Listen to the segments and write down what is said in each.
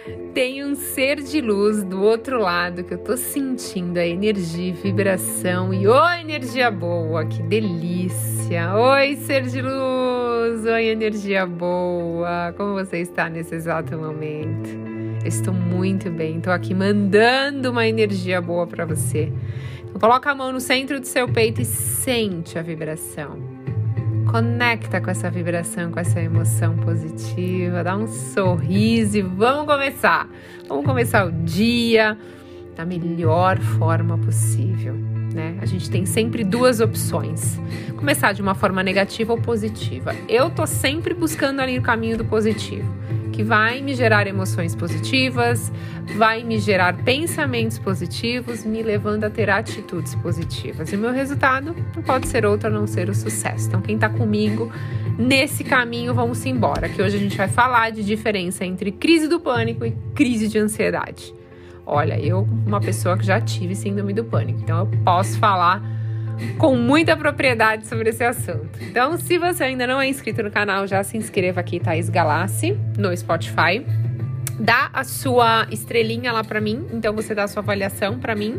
tem um ser de luz do outro lado que eu tô sentindo a energia, vibração e energia boa, que delícia! Oi, ser de luz! Oi, energia boa! Como você está nesse exato momento? Eu estou muito bem, estou aqui mandando uma energia boa para você. Então, coloca a mão no centro do seu peito e sente a vibração. Conecta com essa vibração, com essa emoção positiva, dá um sorriso e vamos começar. Vamos começar o dia da melhor forma possível, né? A gente tem sempre duas opções. Começar de uma forma negativa ou positiva. Eu tô sempre buscando ali o caminho do positivo, que vai me gerar emoções positivas, vai me gerar pensamentos positivos, me levando a ter atitudes positivas. E o meu resultado não pode ser outro a não ser o sucesso. Então, quem tá comigo nesse caminho, vamos embora. Que hoje a gente vai falar de diferença entre crise do pânico e crise de ansiedade. Olha, eu, uma pessoa que já tive síndrome do pânico, então eu posso falar com muita propriedade sobre esse assunto. Então, se você ainda não é inscrito no canal, já se inscreva aqui, Thaís Galassi, no Spotify. Dá a sua estrelinha lá pra mim, então você dá a sua avaliação pra mim.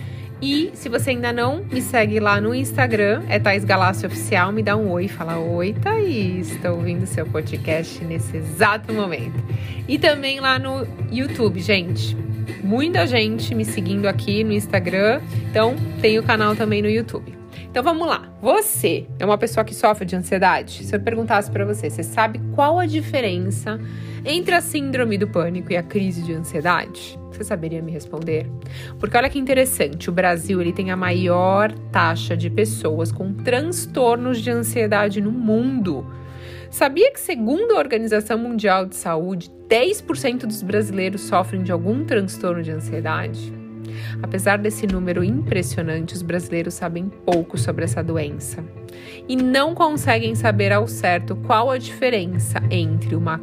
E se você ainda não me segue lá no Instagram, é Thaís Galassi Oficial, me dá um oi, fala: oi, Thaís, estou ouvindo seu podcast nesse exato momento. E também lá no YouTube, gente. Muita gente me seguindo aqui no Instagram, então tem o canal também no YouTube. Então vamos lá, você é uma pessoa que sofre de ansiedade? Se eu perguntasse para você, você sabe qual a diferença entre a síndrome do pânico e a crise de ansiedade? Você saberia me responder? Porque olha que interessante, o Brasil ele tem a maior taxa de pessoas com transtornos de ansiedade no mundo. Sabia que, segundo a Organização Mundial de Saúde, 10% dos brasileiros sofrem de algum transtorno de ansiedade? Apesar desse número impressionante, os brasileiros sabem pouco sobre essa doença e não conseguem saber ao certo qual a diferença entre uma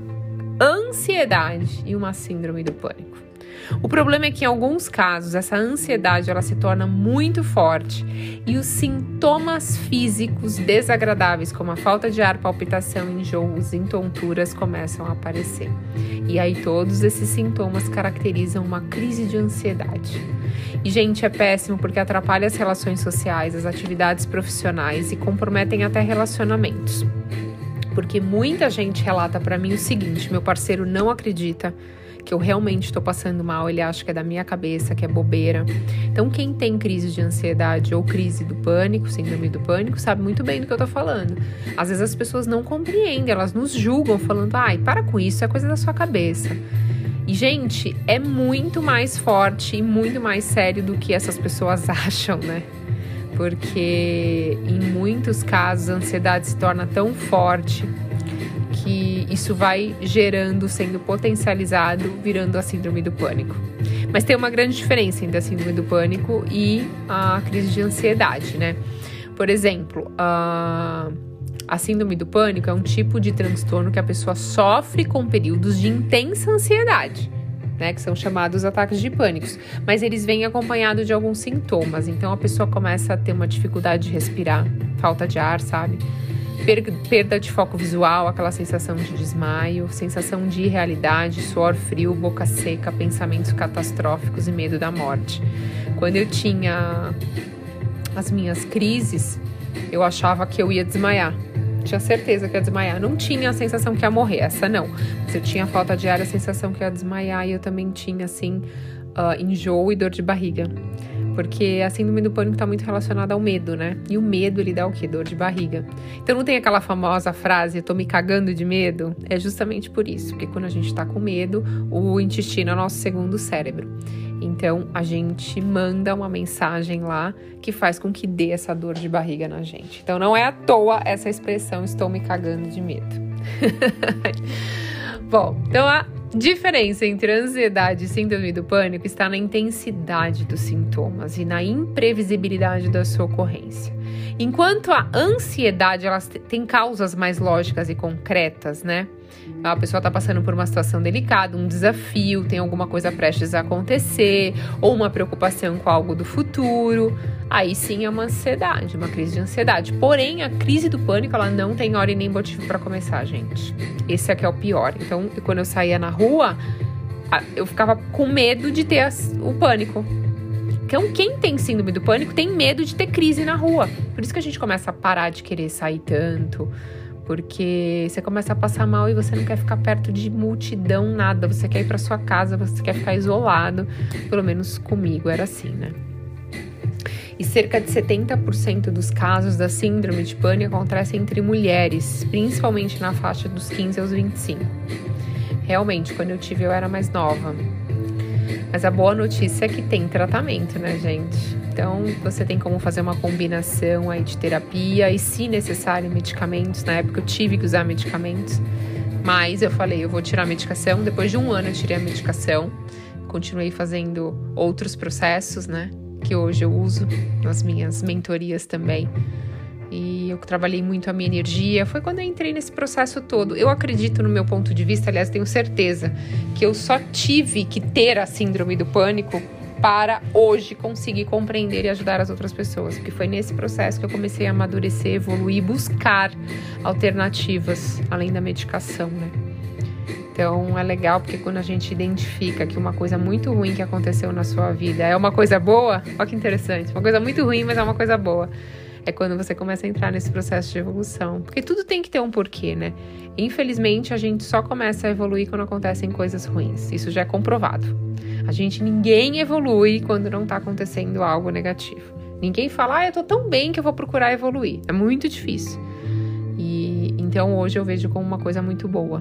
ansiedade e uma síndrome do pânico. O problema é que, em alguns casos, essa ansiedade ela se torna muito forte e os sintomas físicos desagradáveis, como a falta de ar, palpitação, enjoos e tonturas, começam a aparecer. E aí todos esses sintomas caracterizam uma crise de ansiedade. E, gente, é péssimo porque atrapalha as relações sociais, as atividades profissionais e comprometem até relacionamentos. Porque muita gente relata para mim o seguinte: meu parceiro não acredita que eu realmente estou passando mal, ele acha que é da minha cabeça, que é bobeira. Então, quem tem crise de ansiedade ou crise do pânico, síndrome do pânico, sabe muito bem do que eu tô falando. Às vezes as pessoas não compreendem, elas nos julgam falando: ai, para com isso, é coisa da sua cabeça. E, gente, é muito mais forte e muito mais sério do que essas pessoas acham, né? Porque em muitos casos a ansiedade se torna tão forte que isso vai gerando, sendo potencializado, virando a síndrome do pânico. Mas tem uma grande diferença entre a síndrome do pânico e a crise de ansiedade, né? Por exemplo, a síndrome do pânico é um tipo de transtorno que a pessoa sofre com períodos de intensa ansiedade, né, que são chamados ataques de pânico, mas eles vêm acompanhados de alguns sintomas. Então a pessoa começa a ter uma dificuldade de respirar, falta de ar, sabe? Perda de foco visual, aquela sensação de desmaio, sensação de irrealidade, suor frio, boca seca, pensamentos catastróficos e medo da morte. Quando eu tinha as minhas crises, eu achava que eu ia desmaiar. Tinha certeza que ia desmaiar. Não tinha a sensação que ia morrer, essa não. Mas eu tinha falta de ar, a sensação que ia desmaiar. E eu também tinha, assim, enjoo e dor de barriga. Porque a síndrome do pânico está muito relacionada ao medo, né? E o medo, ele dá o quê? Dor de barriga. Então não tem aquela famosa frase: eu tô me cagando de medo? É justamente por isso. Porque quando a gente tá com medo, o intestino é o nosso segundo cérebro. Então a gente manda uma mensagem lá que faz com que dê essa dor de barriga na gente. Então não é à toa essa expressão: estou me cagando de medo. Bom, então a diferença entre ansiedade e síndrome do pânico está na intensidade dos sintomas e na imprevisibilidade da sua ocorrência. Enquanto a ansiedade, ela tem causas mais lógicas e concretas, né? A pessoa está passando por uma situação delicada, um desafio, tem alguma coisa prestes a acontecer, ou uma preocupação com algo do futuro. Aí sim é uma ansiedade, uma crise de ansiedade. Porém, a crise do pânico, ela não tem hora e nem motivo para começar, gente. Esse aqui é o pior. Então, quando eu saía na rua, eu ficava com medo de ter o pânico. Então, quem tem síndrome do pânico tem medo de ter crise na rua. Por isso que a gente começa a parar de querer sair tanto, porque você começa a passar mal e você não quer ficar perto de multidão, nada. Você quer ir para sua casa, você quer ficar isolado. Pelo menos comigo era assim, né? E cerca de 70% dos casos da síndrome de pânico acontecem entre mulheres, principalmente na faixa dos 15 aos 25. Realmente, quando eu tive, eu era mais nova. Mas a boa notícia é que tem tratamento, né, gente? Então, você tem como fazer uma combinação aí de terapia e, se necessário, medicamentos. Na época, eu tive que usar medicamentos. Mas eu falei, eu vou tirar a medicação. Depois de um ano, eu tirei a medicação. Continuei fazendo outros processos, né? Que hoje eu uso nas minhas mentorias também. E eu trabalhei muito a minha energia. Foi quando eu entrei nesse processo todo. Eu acredito, no meu ponto de vista, aliás, tenho certeza que eu só tive que ter a síndrome do pânico para hoje conseguir compreender e ajudar as outras pessoas. Porque foi nesse processo que eu comecei a amadurecer, evoluir, buscar alternativas além da medicação, né? Então, é legal porque quando a gente identifica que uma coisa muito ruim que aconteceu na sua vida é uma coisa boa, olha que interessante, uma coisa muito ruim, mas é uma coisa boa. É quando você começa a entrar nesse processo de evolução. Porque tudo tem que ter um porquê, né? Infelizmente, a gente só começa a evoluir quando acontecem coisas ruins. Isso já é comprovado. Ninguém evolui quando não tá acontecendo algo negativo. Ninguém fala, eu tô tão bem que eu vou procurar evoluir. É muito difícil. E então, hoje eu vejo como uma coisa muito boa.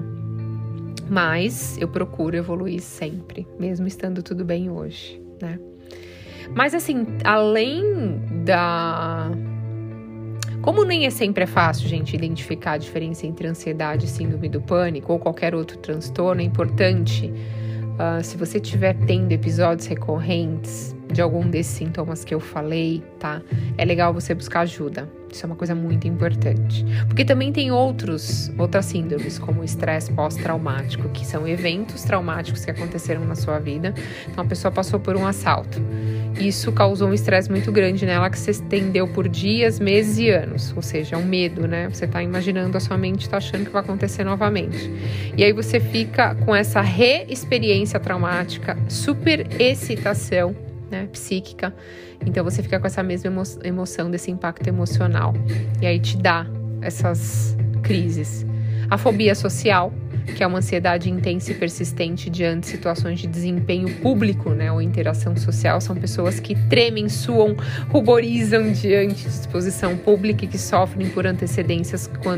Mas eu procuro evoluir sempre, mesmo estando tudo bem hoje, né? Mas assim, além da... Como nem sempre é fácil, gente, identificar a diferença entre ansiedade e síndrome do pânico ou qualquer outro transtorno, é importante, se você estiver tendo episódios recorrentes de algum desses sintomas que eu falei, tá? É legal você buscar ajuda. Isso é uma coisa muito importante. Porque também tem outras síndromes, como o estresse pós-traumático, que são eventos traumáticos que aconteceram na sua vida. Então, a pessoa passou por um assalto. Isso causou um estresse muito grande nela, que se estendeu por dias, meses e anos. Ou seja, é um medo, né? Você tá imaginando, a sua mente tá achando que vai acontecer novamente. E aí você fica com essa reexperiência traumática, super excitação, né, psíquica. Então você fica com essa mesma emoção desse impacto emocional. E aí te dá essas crises. A fobia social, que é uma ansiedade intensa e persistente diante de situações de desempenho público, né, ou interação social. São pessoas que tremem, suam, ruborizam diante de exposição pública e que sofrem por antecedência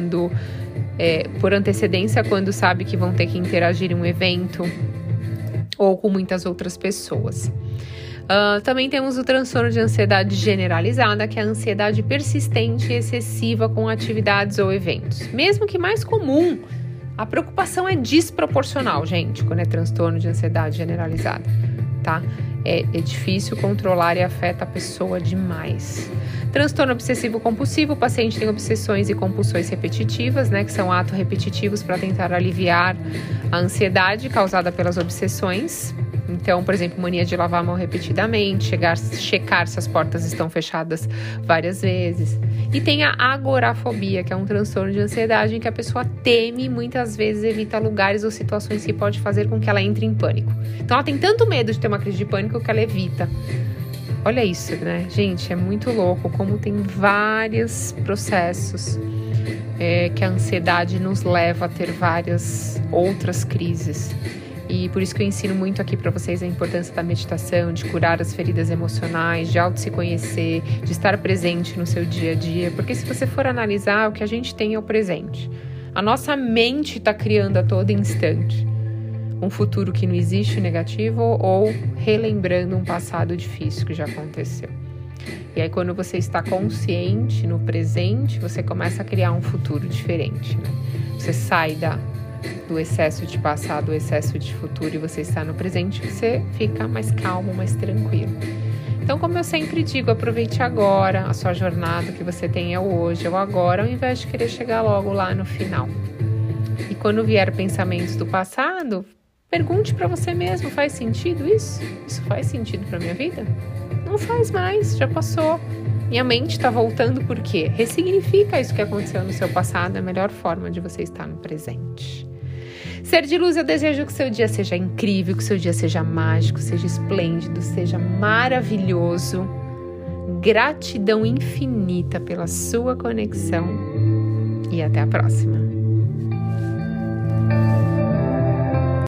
quando sabe que vão ter que interagir em um evento ou com muitas outras pessoas. Também temos o transtorno de ansiedade generalizada, que é a ansiedade persistente e excessiva com atividades ou eventos. Mesmo que mais comum, a preocupação é desproporcional, gente, quando é transtorno de ansiedade generalizada, tá? É difícil controlar e afeta a pessoa demais. Transtorno obsessivo compulsivo, o paciente tem obsessões e compulsões repetitivas, né, que são atos repetitivos para tentar aliviar a ansiedade causada pelas obsessões. Então, por exemplo, mania de lavar a mão repetidamente, checar se as portas estão fechadas várias vezes. E tem a agorafobia, que é um transtorno de ansiedade em que a pessoa teme e muitas vezes evita lugares ou situações que pode fazer com que ela entre em pânico. Então, ela tem tanto medo de ter uma crise de pânico que ela evita. Olha isso, né? Gente, é muito louco como tem vários processos que a ansiedade nos leva a ter várias outras crises. E por isso que eu ensino muito aqui para vocês a importância da meditação, de curar as feridas emocionais, de auto se conhecer, de estar presente no seu dia a dia. Porque se você for analisar, o que a gente tem é o presente. A nossa mente está criando a todo instante um futuro que não existe, negativo, ou relembrando um passado difícil que já aconteceu. E aí, quando você está consciente no presente, você começa a criar um futuro diferente, né? Você sai do excesso de passado, do excesso de futuro, e você está no presente, você fica mais calmo, mais tranquilo. Então, como eu sempre digo, aproveite agora a sua jornada, que você tenha hoje ou agora, ao invés de querer chegar logo lá no final. E quando vier pensamentos do passado, pergunte para você mesmo, faz sentido isso? Isso faz sentido para minha vida? Não faz mais, já passou. Minha mente está voltando por quê? Ressignifica isso que aconteceu no seu passado, é a melhor forma de você estar no presente. Ser de luz, eu desejo que o seu dia seja incrível, que o seu dia seja mágico, seja esplêndido, seja maravilhoso. Gratidão infinita pela sua conexão e até a próxima.